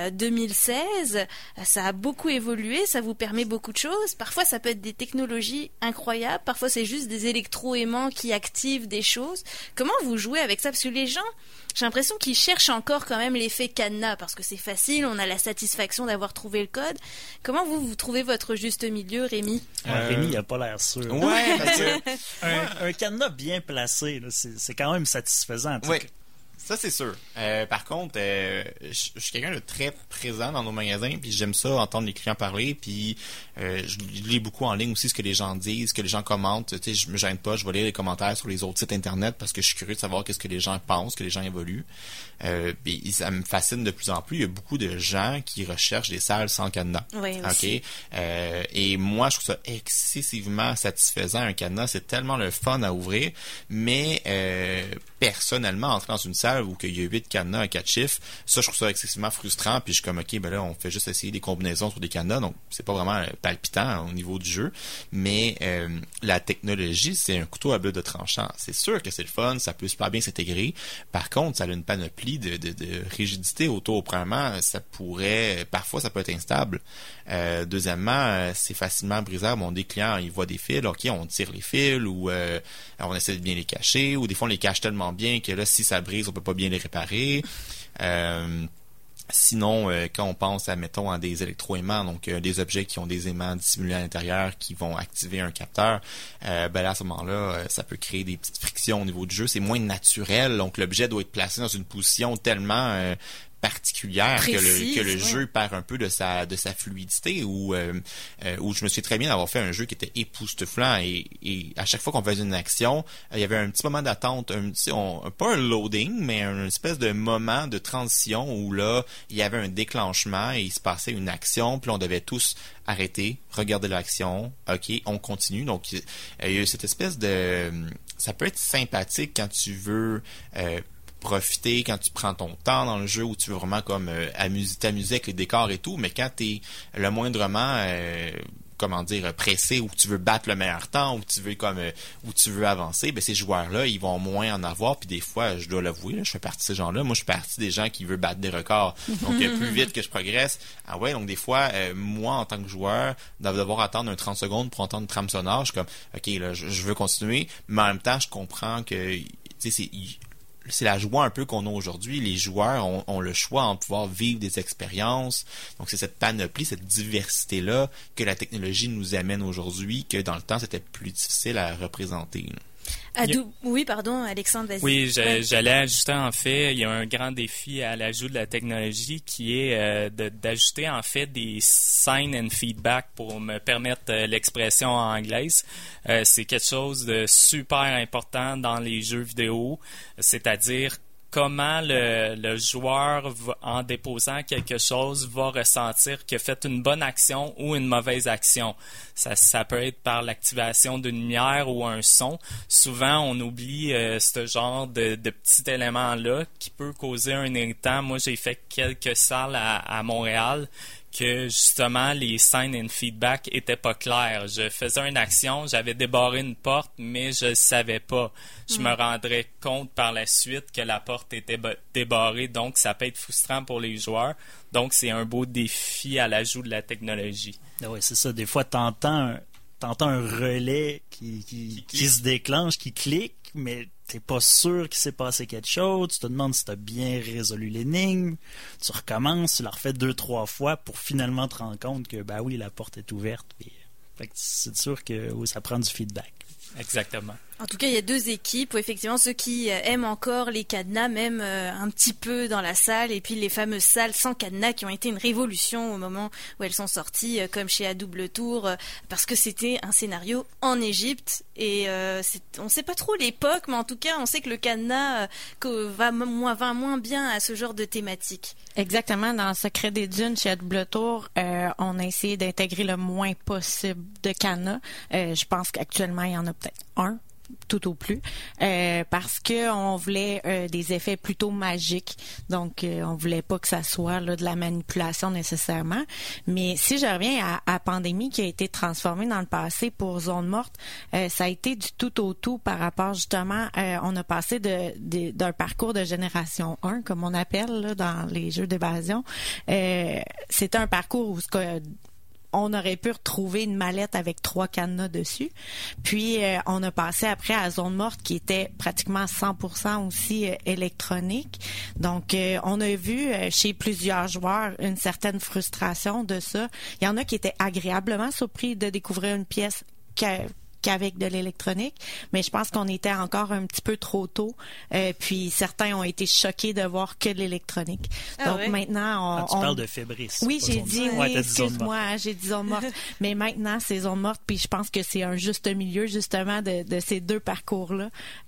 2016, ça a beaucoup évolué, ça vous permet beaucoup de choses. Parfois, ça peut être des technologies incroyables, parfois c'est juste des électroaimants qui activent des choses. Comment vous jouez avec ça? Parce que les gens, j'ai l'impression qu'ils cherchent encore quand même l'effet cadenas, parce que c'est facile, on a la satisfaction d'avoir trouvé le code. Comment vous trouvez votre juste milieu, Rémi? Rémi, il a pas l'air sûr. Ouais, parce que... un cadenas bien placé, là, c'est quand même satisfaisant. Oui, ça c'est sûr. Par contre, je suis quelqu'un de très présent dans nos magasins, puis j'aime ça, entendre les clients parler, puis je lis beaucoup en ligne aussi ce que les gens disent, ce que les gens commentent. Tu sais, je me gêne pas, je vais lire les commentaires sur les autres sites internet parce que je suis curieux de savoir qu'est-ce que les gens pensent, que les gens évoluent. Puis ça me fascine de plus en plus. Il y a beaucoup de gens qui recherchent des salles sans cadenas. Oui, aussi. Et moi, je trouve ça excessivement satisfaisant. Un cadenas, c'est tellement le fun à ouvrir, mais personnellement, entrer dans une salle où il y a 8 cadenas à 4 chiffres, ça, je trouve ça excessivement frustrant. Puis je suis comme, OK, ben là, on fait juste essayer des combinaisons sur des cadenas, donc c'est pas vraiment palpitant au niveau du jeu. Mais la technologie, c'est un couteau à de tranchant. C'est sûr que c'est le fun, ça peut super bien s'intégrer. Par contre, ça a une panoplie de rigidité autour. Premièrement, parfois ça peut être instable. Deuxièmement, c'est facilement brisable. Bon, des clients, ils voient des fils, OK, on tire les fils ou on essaie de bien les cacher, ou des fois on les cache tellement bien que là, si ça brise, on peut pas bien les réparer. Sinon, quand on pense à des électroaimants, donc des objets qui ont des aimants dissimulés à l'intérieur qui vont activer un capteur, là, à ce moment-là, ça peut créer des petites frictions au niveau du jeu. C'est moins naturel, donc l'objet doit être placé dans une position tellement particulière précise, que le jeu perd un peu de sa fluidité, où je me souviens très bien d'avoir fait un jeu qui était époustouflant et à chaque fois qu'on faisait une action, il y avait un petit moment d'attente, pas un loading, mais une espèce de moment de transition où là, il y avait un déclenchement et il se passait une action, puis on devait tous arrêter, regarder l'action, OK, on continue. Donc, il y a eu cette espèce de... Ça peut être sympathique quand tu veux... profiter, quand tu prends ton temps dans le jeu, où tu veux vraiment comme t'amuser avec les décors et tout, mais quand t'es le moindrement pressé, ou tu veux battre le meilleur temps, ou tu veux avancer, ben ces joueurs-là, ils vont moins en avoir. Puis des fois, je dois l'avouer, là, je fais partie de ces gens-là. Moi, je suis partie des gens qui veulent battre des records. Donc, plus vite que je progresse. Ah ouais, donc des fois, moi, en tant que joueur, devoir attendre un 30 secondes pour entendre une trame sonore, je suis comme, OK, là, je veux continuer. Mais en même temps, je comprends que, tu sais, c'est la joie un peu qu'on a aujourd'hui. Les joueurs ont le choix en pouvoir vivre des expériences. Donc, c'est cette panoplie, cette diversité-là que la technologie nous amène aujourd'hui, que dans le temps, c'était plus difficile à représenter. Oui, pardon, Alexandre, vas-y. Oui, j'allais ajouter, en fait, il y a un grand défi à l'ajout de la technologie qui est d'ajouter, en fait, des sign and feedback pour me permettre l'expression en anglaise. C'est quelque chose de super important dans les jeux vidéo, c'est-à-dire comment le joueur, en déposant quelque chose, va ressentir qu'il a fait une bonne action ou une mauvaise action. Ça peut être par l'activation d'une lumière ou un son. Souvent, on oublie ce genre de petits éléments-là qui peut causer un irritant. Moi, j'ai fait quelques salles à Montréal que justement les sign and feedback étaient pas clairs. Je faisais une action, j'avais débarré une porte, mais je le savais pas. Je me rendrais compte par la suite que la porte était débarrée, donc ça peut être frustrant pour les joueurs. Donc c'est un beau défi à l'ajout de la technologie. Oui, c'est ça. Des fois, t'entends un relais qui se déclenche, qui clique, mais t'es pas sûr qu'il s'est passé quelque chose, tu te demandes si t'as bien résolu l'énigme, tu recommences, tu la refais 2-3 fois pour finalement te rendre compte que, ben oui, la porte est ouverte. Puis, fait que c'est sûr que oui, ça prend du feedback. Exactement. En tout cas, il y a deux équipes où effectivement ceux qui aiment encore les cadenas, même un petit peu dans la salle, et puis les fameuses salles sans cadenas qui ont été une révolution au moment où elles sont sorties, comme chez À Double Tour, parce que c'était un scénario en Égypte, et on ne sait pas trop l'époque, mais en tout cas, on sait que le cadenas va moins bien à ce genre de thématique. Exactement. Dans Secret des Dunes, chez À Double Tour, on a essayé d'intégrer le moins possible de cadenas. Je pense qu'actuellement, il y en a peut-être un, tout au plus, parce que on voulait des effets plutôt magiques. Donc, on voulait pas que ça soit là, de la manipulation nécessairement. Mais si je reviens à Pandémie, qui a été transformée dans le passé pour Zone Morte, ça a été du tout au tout par rapport justement, on a passé d'un parcours de génération 1, comme on appelle là, dans les jeux d'évasion. C'était un parcours où on aurait pu retrouver une mallette avec 3 cadenas dessus. Puis, on a passé après à Zone Morte qui était pratiquement 100% aussi électronique. Donc, on a vu chez plusieurs joueurs une certaine frustration de ça. Il y en a qui étaient agréablement surpris de découvrir une pièce qu'avec de l'électronique, mais je pense qu'on était encore un petit peu trop tôt. Puis certains ont été choqués de voir que de l'électronique. Donc maintenant, tu parles de Fébris. Oui, j'ai dit, ouais, excuse-moi, j'ai dit Zone Morte. Mais maintenant, c'est Zone Morte, puis je pense que c'est un juste milieu, justement, de ces deux parcours-là.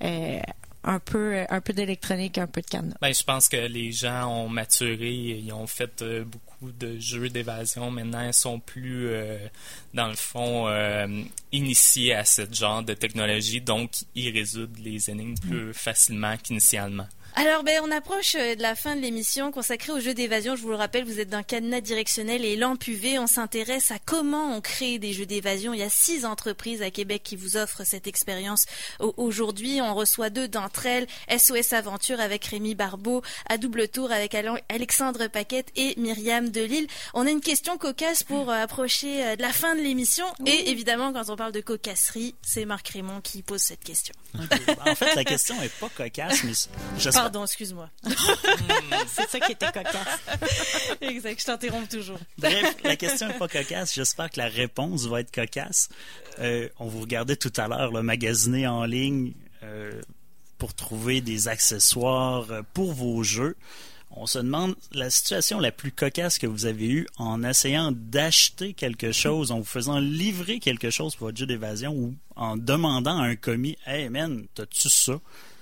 Un peu d'électronique, un peu de cadenas. Ben, je pense que les gens ont maturé, ils ont fait beaucoup de jeux d'évasion. Maintenant, ils sont plus, dans le fond, initiés à ce genre de technologie, donc ils résoudent les énigmes plus facilement qu'initialement. Alors, on approche de la fin de l'émission consacrée aux jeux d'évasion. Je vous le rappelle, vous êtes dans Cadenas Directionnel et Lampe UV. On s'intéresse à comment on crée des jeux d'évasion. Il y a 6 entreprises à Québec qui vous offrent cette expérience aujourd'hui. On reçoit 2 d'entre elles. SOS Aventure avec Rémi Barbeau, À Double Tour avec Alexandre Paquette et Myriam Delille. On a une question cocasse pour approcher de la fin de l'émission. Et évidemment, quand on parle de cocasserie, c'est Marc Raymond qui pose cette question. Okay. En fait, la question est pas cocasse, mais pardon, excuse-moi. C'est ça qui était cocasse. Exact, je t'interromps toujours. Bref, la question n'est pas cocasse. J'espère que la réponse va être cocasse. On vous regardait tout à l'heure magasiner en ligne pour trouver des accessoires pour vos jeux. On se demande la situation la plus cocasse que vous avez eue en essayant d'acheter quelque chose, en vous faisant livrer quelque chose pour votre jeu d'évasion ou en demandant à un commis « Hey man, t'as-tu ça? »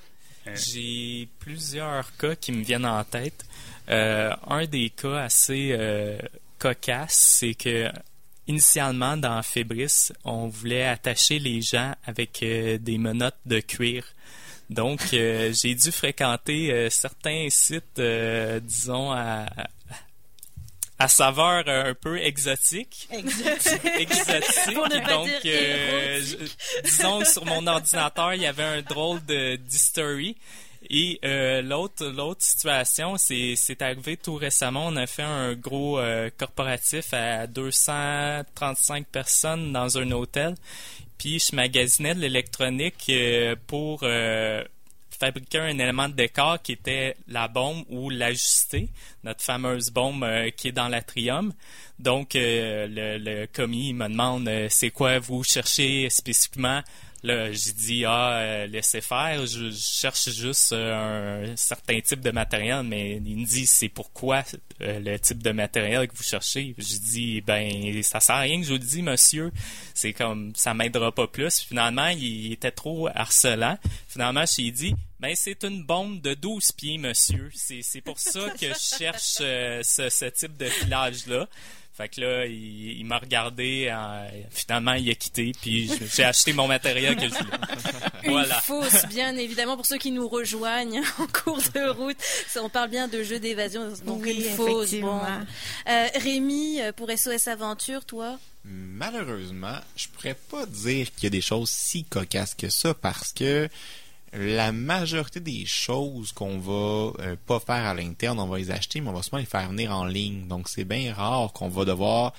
J'ai plusieurs cas qui me viennent en tête. Un des cas assez cocasses, c'est que initialement dans Fébris, on voulait attacher les gens avec des menottes de cuir. Donc, j'ai dû fréquenter certains sites, disons, à à saveur un peu exotique. Exotique. Pour ne pas Donc, dire érotique. disons que sur mon ordinateur, il y avait un drôle d'history. Et l'autre situation, c'est arrivé tout récemment. On a fait un gros corporatif à 235 personnes dans un hôtel. Puis je magasinais de l'électronique pour fabriquer un élément de décor qui était la bombe ou l'ajuster, notre fameuse bombe qui est dans l'atrium. Donc, le commis il me demande c'est quoi vous cherchez spécifiquement. Là, j'ai dit, laissez faire, je cherche juste un certain type de matériel, mais il me dit, c'est pourquoi le type de matériel que vous cherchez? Je dis, ben, ça sert à rien que je vous le dise, monsieur, c'est comme, ça m'aidera pas plus. Finalement, il était trop harcelant. Finalement, j'ai dit, ben, c'est une bombe de 12 pieds, monsieur. C'est pour ça que je cherche ce type de filage-là. Fait que là, il m'a regardé, finalement, il a quitté, puis j'ai acheté mon matériel que je voulais. Voilà. Une fausse, bien évidemment, pour ceux qui nous rejoignent en cours de route. On parle bien de jeu d'évasion, donc Oui, une fausse. Bon. effectivement. Rémi, pour SOS Aventure, toi? Malheureusement, je pourrais pas dire qu'il y a des choses si cocasses que ça parce que la majorité des choses qu'on va pas faire à l'interne, on va les acheter, mais on va souvent les faire venir en ligne. Donc, c'est bien rare qu'on va devoir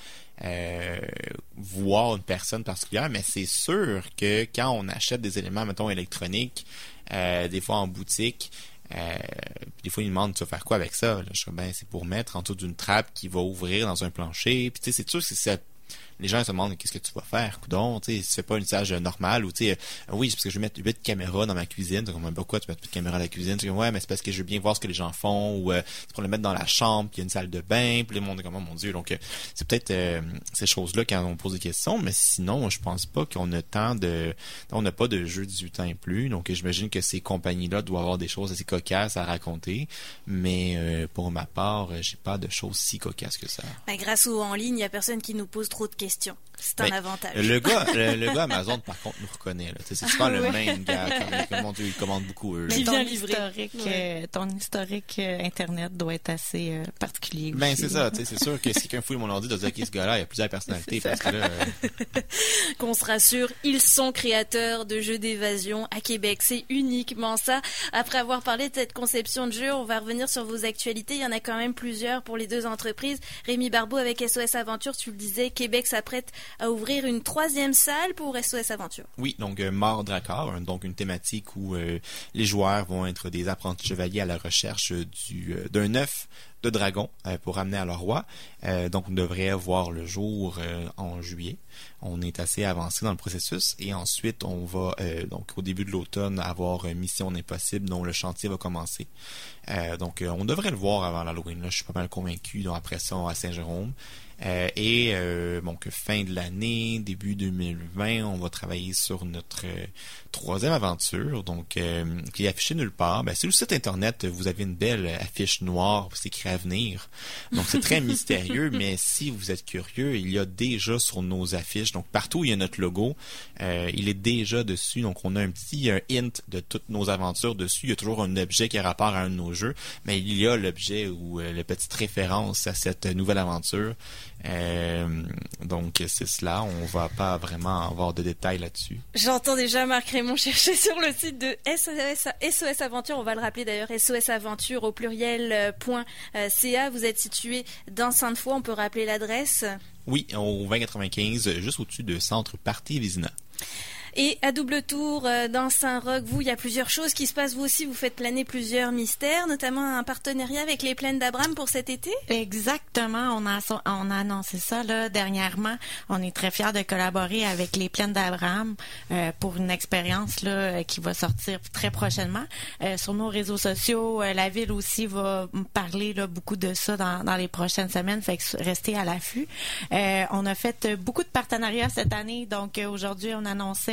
voir une personne particulière, mais c'est sûr que quand on achète des éléments, mettons, électroniques, des fois en boutique, des fois ils me demandent tu vas faire quoi avec ça. Là, je dis ben c'est pour mettre en dessous d'une trappe qui va ouvrir dans un plancher. Puis tu sais, c'est sûr que c'est les gens se demandent qu'est-ce que tu vas faire, coudon, tu sais, si tu fais pas un usage normal ou tu sais, oui, c'est parce que je vais mettre 8 caméras dans ma cuisine. C'est comme pourquoi tu mets 8 caméras dans la cuisine? C'est comme ouais, mais c'est parce que je veux bien voir ce que les gens font ou c'est pour le mettre dans la chambre, puis il y a une salle de bain, puis le monde est comme oh, mon Dieu. Donc c'est peut-être ces choses-là quand on pose des questions, mais sinon, je pense pas qu'on a on n'a pas de jeu 18 ans et plus. Donc j'imagine que ces compagnies-là doivent avoir des choses assez cocasses à raconter, mais pour ma part, j'ai pas de choses si cocasses que ça. Ben, grâce au en ligne, il y a personne qui nous pose trop de questions. C'est un avantage. Le gars Amazon, par contre, nous reconnaît. Là. C'est souvent le même gars. Mon Dieu, il commande beaucoup eux. Mais ton historique Internet doit être assez particulier aussi. Ben, c'est ça. C'est sûr que si quelqu'un fouille mon ordi, il doit dire OK, ce gars-là, il a plusieurs personnalités. Parce que là, qu'on se rassure, ils sont créateurs de jeux d'évasion à Québec. C'est uniquement ça. Après avoir parlé de cette conception de jeu, on va revenir sur vos actualités. Il y en a quand même plusieurs pour les deux entreprises. Rémi Barbeau avec SOS Aventure, tu le disais, Québec s'apprête à ouvrir une 3e salle pour SOS Aventure. Oui, donc Mort Drakkar, donc une thématique où les joueurs vont être des apprentis chevaliers à la recherche d'un œuf de dragon pour amener à leur roi. Donc, on devrait voir le jour en juillet. On est assez avancé dans le processus et ensuite, on va, donc au début de l'automne, avoir Mission Impossible dont le chantier va commencer. Donc, on devrait le voir avant l'Halloween. Là, je suis pas mal convaincu. Donc, après ça, à Saint-Jérôme. Donc fin de l'année, début 2020, on va travailler sur notre 3e aventure, donc qui est affichée nulle part. Ben, sur le site internet, vous avez une belle affiche noire, c'est écrit Avenir. Donc c'est très mystérieux, mais si vous êtes curieux, il y a déjà sur nos affiches, donc partout où il y a notre logo, il est déjà dessus. Donc on a un petit hint de toutes nos aventures dessus. Il y a toujours un objet qui a rapport à un de nos jeux, mais il y a l'objet ou la petite référence à cette nouvelle aventure. Donc c'est cela, on va pas vraiment avoir de détails là-dessus. J'entends déjà Marc Raymond chercher sur le site de SOS Aventure, on va le rappeler d'ailleurs, SOS Aventure au pluriel.ca. Vous êtes situé dans Sainte-Foy, on peut rappeler l'adresse? Oui, au 2095, juste au-dessus de Centre Party Vézina. Et à double tour, dans Saint-Roch, il y a plusieurs choses qui se passent. Vous aussi, vous faites planer plusieurs mystères, notamment un partenariat avec les Plaines d'Abraham pour cet été? Exactement. On a annoncé ça, là, dernièrement. On est très fiers de collaborer avec les Plaines d'Abraham, pour une expérience, là, qui va sortir très prochainement. Sur nos réseaux sociaux, la ville aussi va parler, là, beaucoup de ça dans les prochaines semaines. Fait que restez à l'affût. On a fait beaucoup de partenariats cette année. Donc, aujourd'hui, on annonçait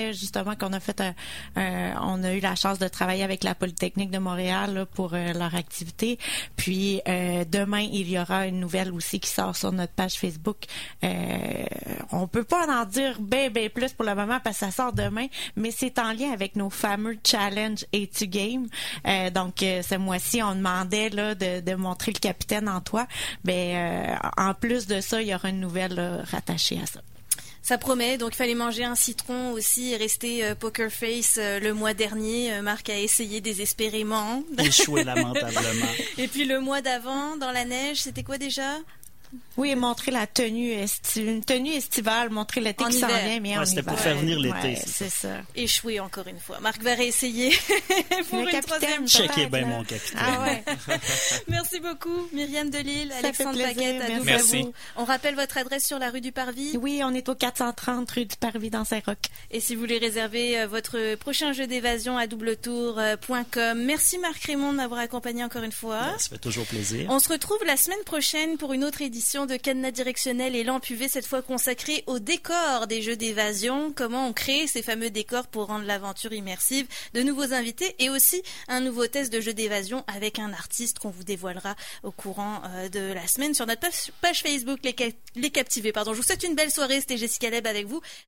projet justement qu'on a fait. On a eu la chance de travailler avec la Polytechnique de Montréal là, pour leur activité. Puis demain, il y aura une nouvelle aussi qui sort sur notre page Facebook. On peut pas en dire ben plus pour le moment parce que ça sort demain, mais c'est en lien avec nos fameux challenge A2 Game. Donc ce mois-ci, on demandait là de montrer le capitaine en toi. En plus de ça, il y aura une nouvelle là, rattachée à ça. Ça promet, donc il fallait manger un citron aussi et rester poker face le mois dernier. Marc a essayé désespérément. Échoué lamentablement. Et puis le mois d'avant, dans la neige, c'était quoi déjà? Oui, montrer la tenue une tenue estivale, montrer l'été qui s'en vient, mais en c'était hiver. pour faire venir l'été. Ouais, c'est ça. Échoué encore une fois. Marc va réessayer pour une troisième fois. Checkez bien mon capitaine. Ah ouais. Merci beaucoup, Myriam Delisle, Ça Alexandre fait plaisir, Paquette, à nous. merci. On rappelle votre adresse sur la rue du Parvis. Oui, on est au 430 rue du Parvis dans Saint-Roch. Et si vous voulez réserver votre prochain jeu d'évasion à doubletour.com. Merci Marc Raymond de m'avoir accompagné encore une fois. Ça fait toujours plaisir. On se retrouve la semaine prochaine pour une autre édition de Cadenas directionnel et lampe UV, cette fois consacrée au décor des jeux d'évasion, comment on crée ces fameux décors pour rendre l'aventure immersive, de nouveaux invités et aussi un nouveau test de jeu d'évasion avec un artiste qu'on vous dévoilera au courant de la semaine sur notre page Facebook Les Captivés. Je vous souhaite une belle soirée, c'était Jessica Leb avec vous.